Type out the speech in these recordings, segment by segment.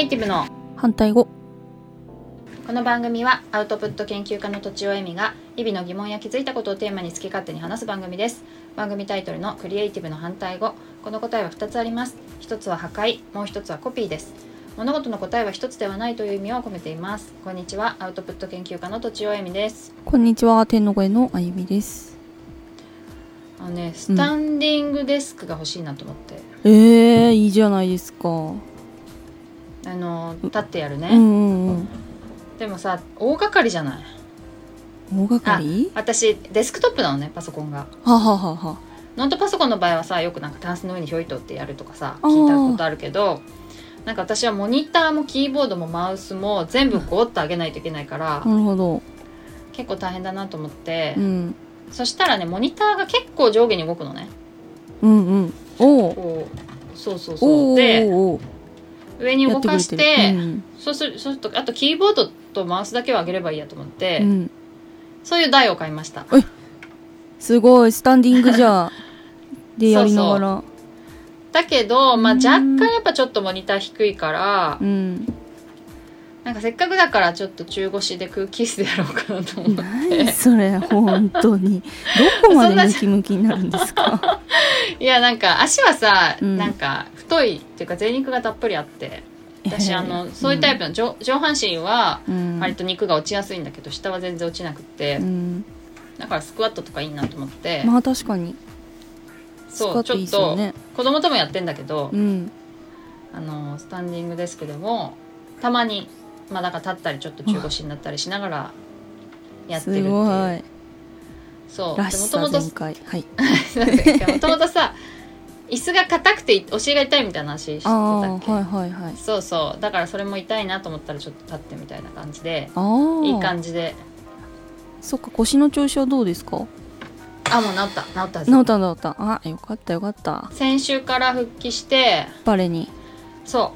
イティブの反対語。 この番組はアウトプット研究家のとちおえみが日々の疑問や気づいたことをテーマに好き勝手に話す番組です。番組タイトルのクリエイティブの反対語、この答えは2つあります。1つは破壊、もう1つはコピーです。物事の答えは1つではないという意味を込めています。こんにちは、アウトプット研究家のとちおえみです。 こんにちは、天の声のあゆみです。 スタンディングデスクが欲しいなと思って、 いいじゃないですか。 立ってやるね、でもさ、大掛かりじゃない？ 大掛かり？ 私デスクトップなのね、パソコンが。 はははは。 ノートパソコンの場合はさ、よくなんかタンスの上にひょいとってやるとかさ聞いたことあるけど、なんか私はモニターもキーボードもマウスも全部ゴーッと上げないといけないから、 なるほど。 結構大変だなと思って、そしたらね、モニターが結構上下に動くのね。そうで上に動かして、そうすると、あとキーボードとマウスだけを上げればいいやと思って、そういう台を買いました。 すごい、スタンディングじゃでやりながら。 だけど、若干やっぱちょっとモニター低いから、なんかせっかくだからちょっと中腰で空気椅子でやろうかなと思って。 何それ、本当にどこまでムキムキになるんですか？ いや、なんか足はさ、なんか太いっていうか贅肉がたっぷりあって、私そういうタイプの上半身は割と肉が落ちやすいんだけど、下は全然落ちなくて、だからスクワットとかいいなと思って。 まあ確かにそう、ちょっと子供ともやってんだけど、スタンディングデスクでもたまにだから立ったりちょっと中腰になったりしながらやってるっていう。 すごい。 そう。 らしさ全開。はい。 もともとさ、椅子が硬くてお尻が痛いみたいな話してたっけ？そうそう。だからそれも痛いなと思ったらちょっと立ってみたいな感じで、いい感じで。 そっか、腰の調子はどうですか？ もう治った。 あ、よかった先週から復帰してバレに。 そう、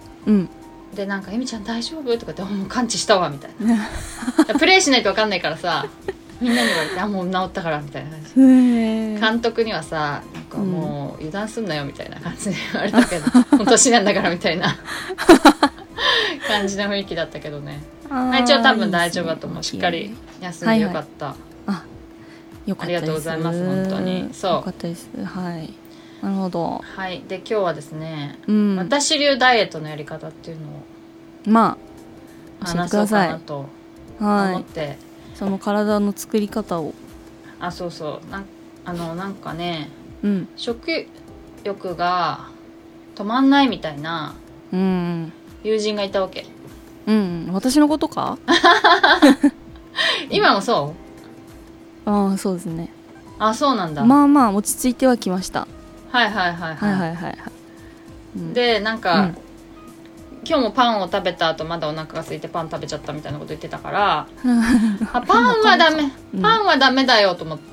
でなんか「えみちゃん大丈夫？」とかって「もう完治したわ」みたいなプレイしないと分かんないからさ、みんなに言われて「もう治ったから」みたいな感じ。監督にはさ、なんかもう油断すんなよみたいな感じで言われたけど、もう年なんだからみたいな感じの雰囲気だったけどね。一応多分大丈夫だと思う。しっかり休んでよかった。 よかったです。 ありがとうございます、本当に。そう、 よかったです。はい、なるほど。 はい。で今日はですね、私流ダイエットのやり方っていうのを話そうかなと思って、 その体の作り方を。 そうなんかね、食欲が止まんないみたいな友人がいたわけ。 私のことか？ 今もそう？ そうですね。 そうなんだ。 まあ落ち着いてはきました。 でなんか、今日もパンを食べた後まだお腹が空いてパン食べちゃったみたいなこと言ってたからパンはダメだよと思って、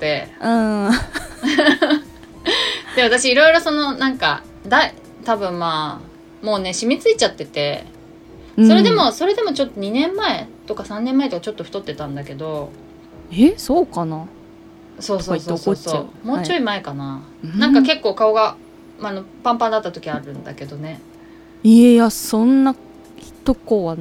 で私いろいろなんか多分もうね染みついちゃってて、それでもちょっと2年前とか3年前とかちょっと太ってたんだけど。 そうかな。 そうもうちょい前かな、なんか結構顔が、パンパンだった時あるんだけどね。 いや、そんな時は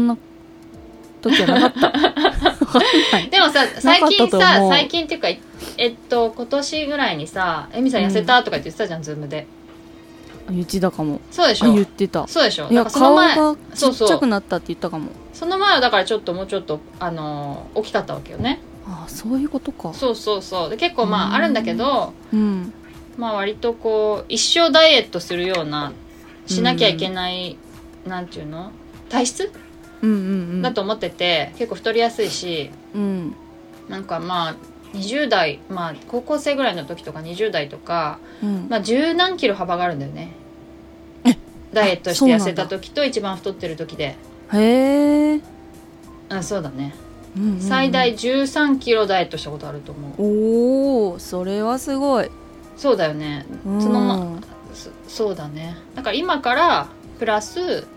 なかったでもさ、最近っていうか今年ぐらいにさ、エミさん痩せたとか言ってたじゃん、ズームで。 言ってたかも。 そうでしょ。 言ってた。 そうでしょ。 いや、顔がちっちゃくなったって言ったかも。 その前はだからもうちょっと大きかったわけよね。 そういうことか。 そうで結構あるんだけど、割とこう一生ダイエットするようなしなきゃいけない、なんていうの、体質、だと思ってて、結構太りやすいし、なんか20代、高校生ぐらいの時とか20代とか、十何キロ幅があるんだよね。ダイエットして痩せた時と一番太ってる時で。そうだね。最大13キロダイエットしたことあると思う。 それはすごい。 そうだよね。そうだね。だから今からプラス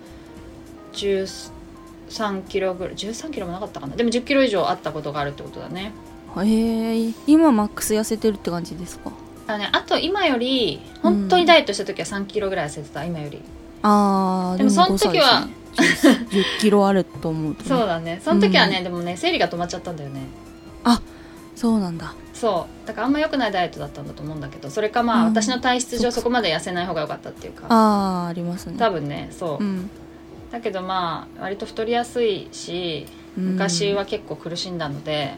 13キロぐらい、13キロもなかったかな。でも10キロ以上あったことがあるってことだね。 今マックス痩せてるって感じですか？ あと今より本当にダイエットした時は3キロぐらい痩せてた、今より。でもその時は 10キロあると思うと、ね、 そうだね。その時はね、でもね生理が止まっちゃったんだよね。 あ、そうなんだ。 そうだからあんま良くないダイエットだったんだと思うんだけど、それかまあ、私の体質上そこまで痩せない方が良かったっていうか、 ありますね多分ね。そう、だけどまあ割と太りやすいし、昔は結構苦しんだので、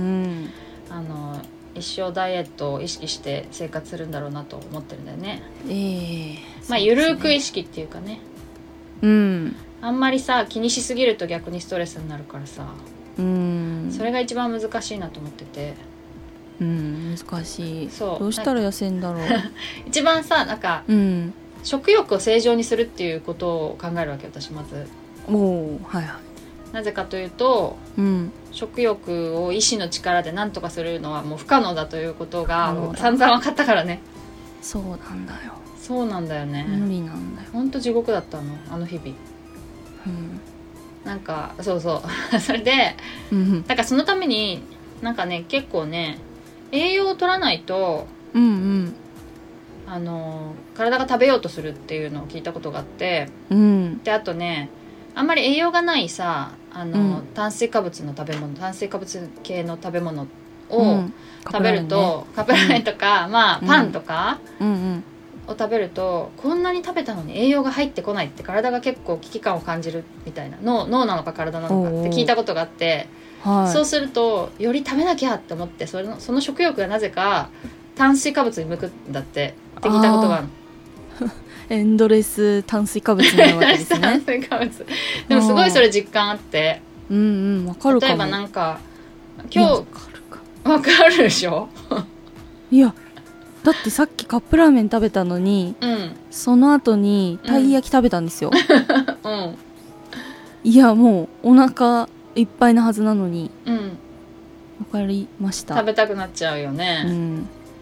一生ダイエットを意識して生活するんだろうなと思ってるんだよね。まあゆるく意識っていうかね、あんまりさ気にしすぎると逆にストレスになるからさ、それが一番難しいなと思ってて。 難しい。そう、どうしたら痩せんだろう一番さなんか、食欲を正常にするっていうことを考えるわけ、私まず。なぜかというと、食欲を意志の力で何とかするのはもう不可能だということが散々分かったからね。 そうなんだよ。 そうなんだよね。 無理なんだよ。 ほんと地獄だったの、あの日々。なんかそうそれで、だからそのためになんかね結構ね栄養を取らないと、体が食べようとするっていうのを聞いたことがあって、であとねあんまり栄養がないさ炭水化物の食べ物、炭水化物系の食べ物を食べると、カップラーメンとか、まあパンとかを食べると、こんなに食べたのに栄養が入ってこないって体が結構危機感を感じるみたいな、脳なのか体なのかって聞いたことがあって、そうするとより食べなきゃって思って、その食欲がなぜか炭水化物に向くんだって聞いたことがある。 エンドレス炭水化物になるわけですね。 炭水化物でもすごいそれ実感あって、 わかるかも。 例えばなんか今日わかるでしょいやだってさっきカップラーメン食べたのに、その後にたい焼き食べたんですよ。いやもうお腹いっぱいなはずなのに、わかりました。 食べたくなっちゃうよね。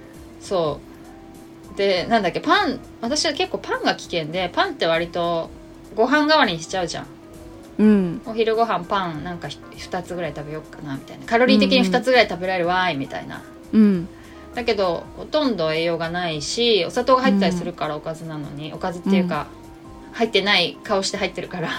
そうで、なんだっけ、パン、私は結構パンが危険で、パンって割とご飯代わりにしちゃうじゃん。お昼ご飯パンなんか2つぐらい食べようかなみたいな、カロリー的に2つぐらい食べられるわーいみたいな。だけどほとんど栄養がないし、お砂糖が入ったりするから、おかずなのに、おかずっていうか、入ってない顔して入ってるから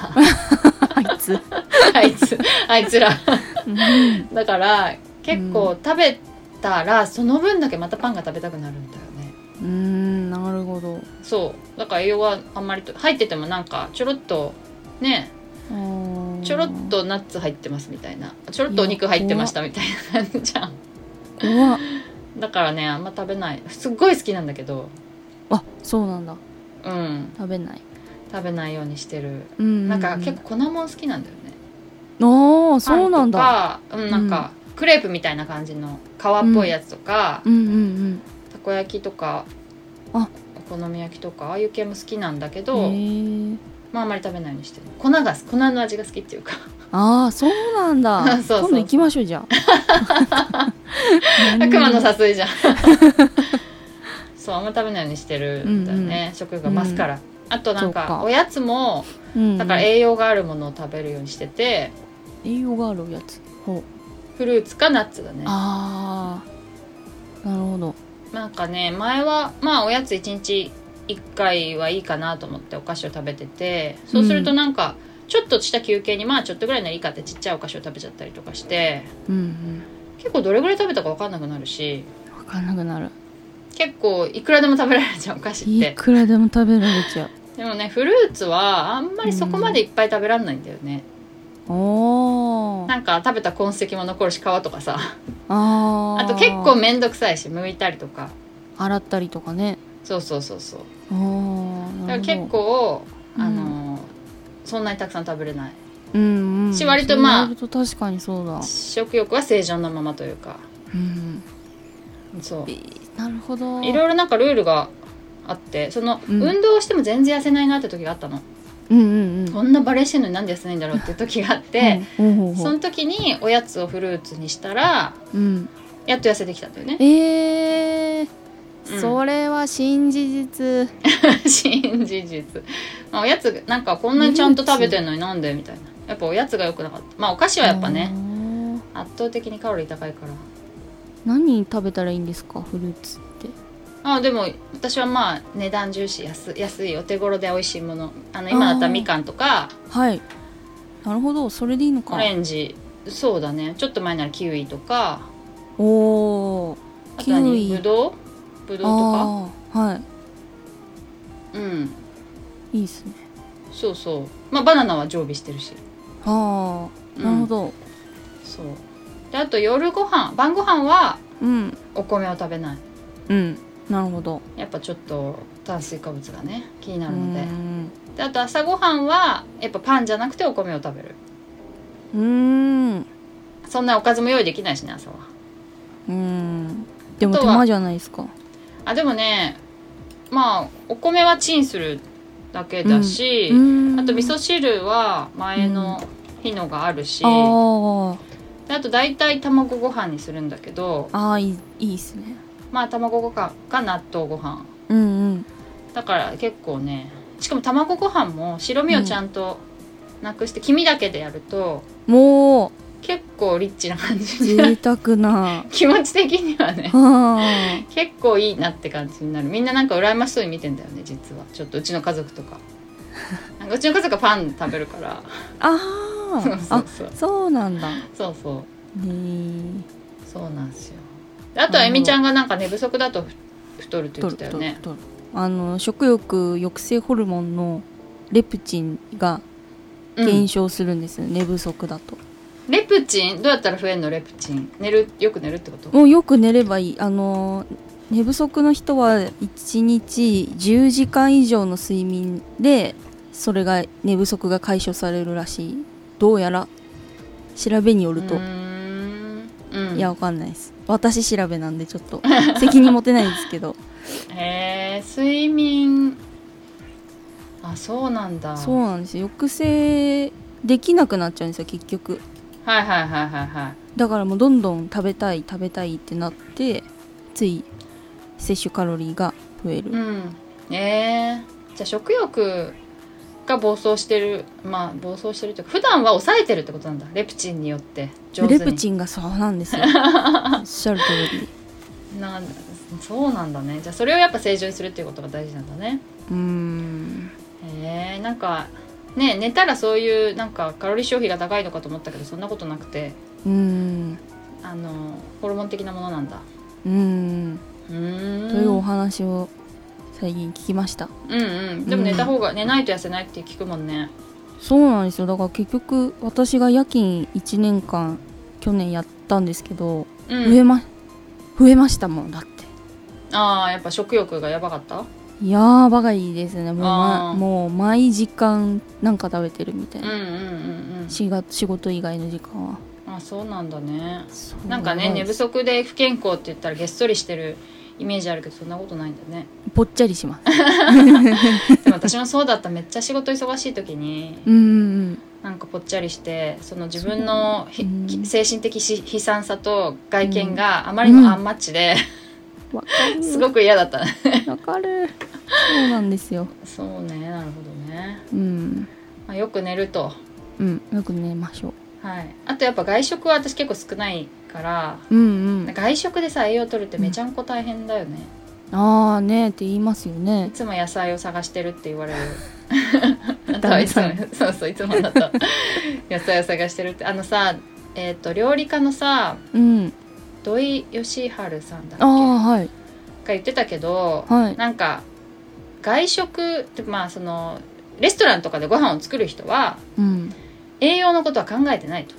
あいつらだから結構食べたらその分だけまたパンが食べたくなるんだよね。 なるほど。 そうだから栄養があんまり入っててもなんかちょろっとね、ちょろっとナッツ入ってますみたいな、ちょろっとお肉入ってましたみたいな感じじゃん。 怖っ。 だからねあんま食べない。すっごい好きなんだけど。 あ、そうなんだ。食べないようにしてる。なんか結構粉もん好きなんだよね。 ああ、そうなんだ。 なんかクレープみたいな感じの皮っぽいやつとか、たこ焼きとかお好み焼きとかああいう系も好きなんだけど、まああんまり食べないようにしてる。粉の味が好きっていうか。 ああ、そうなんだ。今度行きましょうじゃあ。 悪魔の誘いじゃん。そうあんま食べないようにしてるんだよね。食欲が増すから。あとなんかおやつもだから栄養があるものを食べるようにしてて。 栄養があるおやつ。 フルーツかナッツだね。 ああ、なるほど。 なんかね前はまあおやつ1日1回はいいかなと思ってお菓子を食べてて、そうするとなんかちょっとした休憩にまあちょっとぐらいならいいかってちっちゃいお菓子を食べちゃったりとかして、結構どれぐらい食べたか分かんなくなるし、 分かんなくなる。 結構いくらでも食べられちゃうお菓子って。 いくらでも食べられちゃう。 でもねフルーツはあんまりそこまでいっぱい食べられないんだよね。なんか食べた痕跡も残るし、皮とかさ、あと結構めんどくさいし、剥いたりとか洗ったりとかね。 そうだから結構そんなにたくさん食べれない、し割とまあ確かにそうだ、 食欲は正常なままというか、そうなるほど。 いろいろなんかルールがあって、その、運動をしても全然痩せないなって時があったの。こんなバレーしてんのになんで痩せないんだろうっていう時があって、その時におやつをフルーツにしたら、やっと痩せてきたんだよね。 それは新事実。 新事実。まあ、おやつなんかこんなにちゃんと食べてんのになんでみたいな。やっぱおやつが良くなかった。まあお菓子はやっぱね圧倒的にカロリー高いから。 何食べたらいいんですかフルーツって。 でも私はまあ値段重視、安いお手頃で美味しいもの、今だったらみかんとか。 はい、なるほど、それでいいのか。 オレンジ、そうだね、ちょっと前ならキウイとか。 おー、 あと何、ブドウとか。 はい、いいっすね。 そうそう、まあバナナは常備してるし。 なるほど。 そうで、あと晩ご飯はお米を食べない。 なるほど。 やっぱちょっと炭水化物がね気になるので。で、あと朝ごはんはやっぱパンじゃなくてお米を食べる。そんなおかずも用意できないしね、朝は。 でも手間じゃないですか。 でもね、まあお米はチンするだけだし、あと味噌汁は前の日のがあるし、であと大体卵ご飯にするんだけど。 いいっすね。 まあ卵ご飯か納豆ご飯、だから結構ね、しかも卵ご飯も白身をちゃんとなくして黄身だけでやると、もう結構リッチな感じになる。 贅沢な気持ち的にはね結構いいなって感じになる。みんななんか羨ましそうに見てんだよね、実は。ちょっとうちの家族とかなんかうちの家族がパン食べるからそうなんだ。 そうなんですよ。あとはえみちゃんがなんか寝不足だと太るって言ってたよね。 食欲抑制ホルモンのレプチンが減少するんですよ、寝不足だと。 レプチンどうやったら増えるの？レプチンよく寝るってこと？ もうよく寝ればいい。寝不足の人は1日10時間以上の睡眠でそれが寝不足が解消されるらしい。どうやら調べによると。いや、わかんないです。私調べなんでちょっと責任持てないですけど睡眠、そうなんだ。 そうなんですよ。抑制できなくなっちゃうんですよ結局。だからもうどんどん食べたいってなってつい摂取カロリーが増える。 じゃあ食欲が暴走してるというか普段は抑えてるってことなんだ、レプチンによって上手に。 レプチンがそうなんですよおっしゃる通り。 そうなんだね。じゃあそれをやっぱ正常にするっていうことが大事なんだね。なんかね、寝たらそういうなんかカロリー消費が高いのかと思ったけど、そんなことなくてホルモン的なものなんだ。 というお話を最近聞きました。 でも寝ないと痩せないって聞くもんね。 そうなんですよ。だから結局私が夜勤1年間去年やったんですけど、増えましたもん。だってやっぱ食欲がやばかった？ やばがいいですね。もう毎時間なんか食べてるみたいな。仕事以外の時間は。そうなんだね。なんかね、寝不足で不健康って言ったらげっそりしてるイメージあるけど、そんなことないんだね。 ぽっちゃりしますでも私もそうだった。めっちゃ仕事忙しい時になんかぽっちゃりして、その自分の精神的悲惨さと外見があまりにもアンマッチで、すごく嫌だったね。 わかる。そうなんですよ。 そうね、なるほどね。よく寝ると。 よく寝ましょう。 あとやっぱ外食は私結構少ないから、外食でさ栄養取るってめちゃんこ大変だよね。 ねって言いますよね。 いつも野菜を探してるって言われるいつもだと野菜を探してるって料理家のさ、土井善晴さんだっけ、が言ってたけど、なんか外食ってそのレストランとかでご飯を作る人は、栄養のことは考えてないと。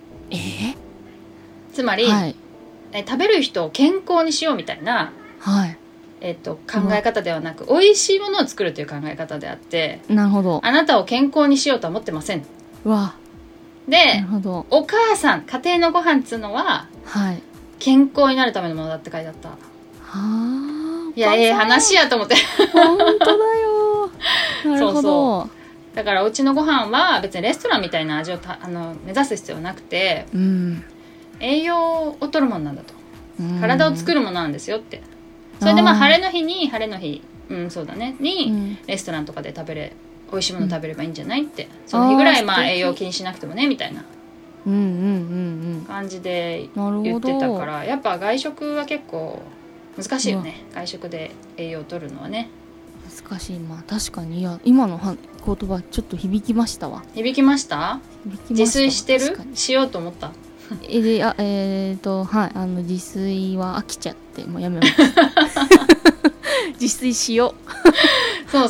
つまり、食べる人を健康にしようみたいな、考え方ではなく、美味しいものを作るという考え方であって、 なるほど、 あなたを健康にしようとは思ってません。で、お母さん、家庭のご飯っつうのは、健康になるためのものだって書いてあった。いや、話やと思って。 本当だよ。なるほど。 だからお家のご飯は別にレストランみたいな味を目指す必要はなくて、栄養を取るものなんだと、体を作るものなんですよって。それで晴れの日、そうだねに、レストランとかで美味しいもの食べればいいんじゃないって、その日ぐらい栄養気にしなくてもねみたいな感じで言ってたから、やっぱ外食は結構難しいよね、外食で栄養を取るのはね。 難しい。まあ確かに、いや今の言葉ちょっと響きましたわ。 響きました？自炊してる？しようと思った？ はい、自炊は飽きちゃってもうやめました自炊しようそう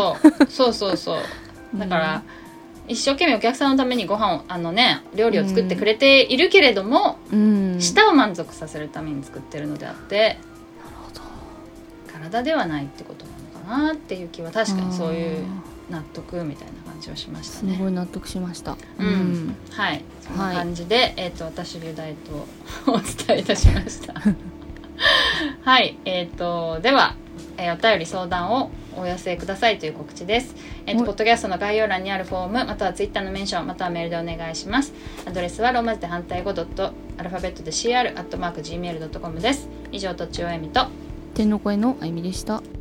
だから、一生懸命お客さんのためにご飯を料理を作ってくれているけれども、舌を満足させるために作ってるのであって、なるほど、体ではないってことなのかなっていう気は、確かにそういう納得みたいな感じはしましたね。 すごい納得しました。 はい、そんな感じで、私流ダイエットをお伝えいたしましたはい、では、お便り相談をお寄せくださいという告知です。ポッドキャストの概要欄にあるフォーム、またはツイッターのメンション、またはメールでお願いします。アドレスはローマ字で反対語アルファベットで CR@gmail.com です。以上、とちおえみと天の声のあゆみでした。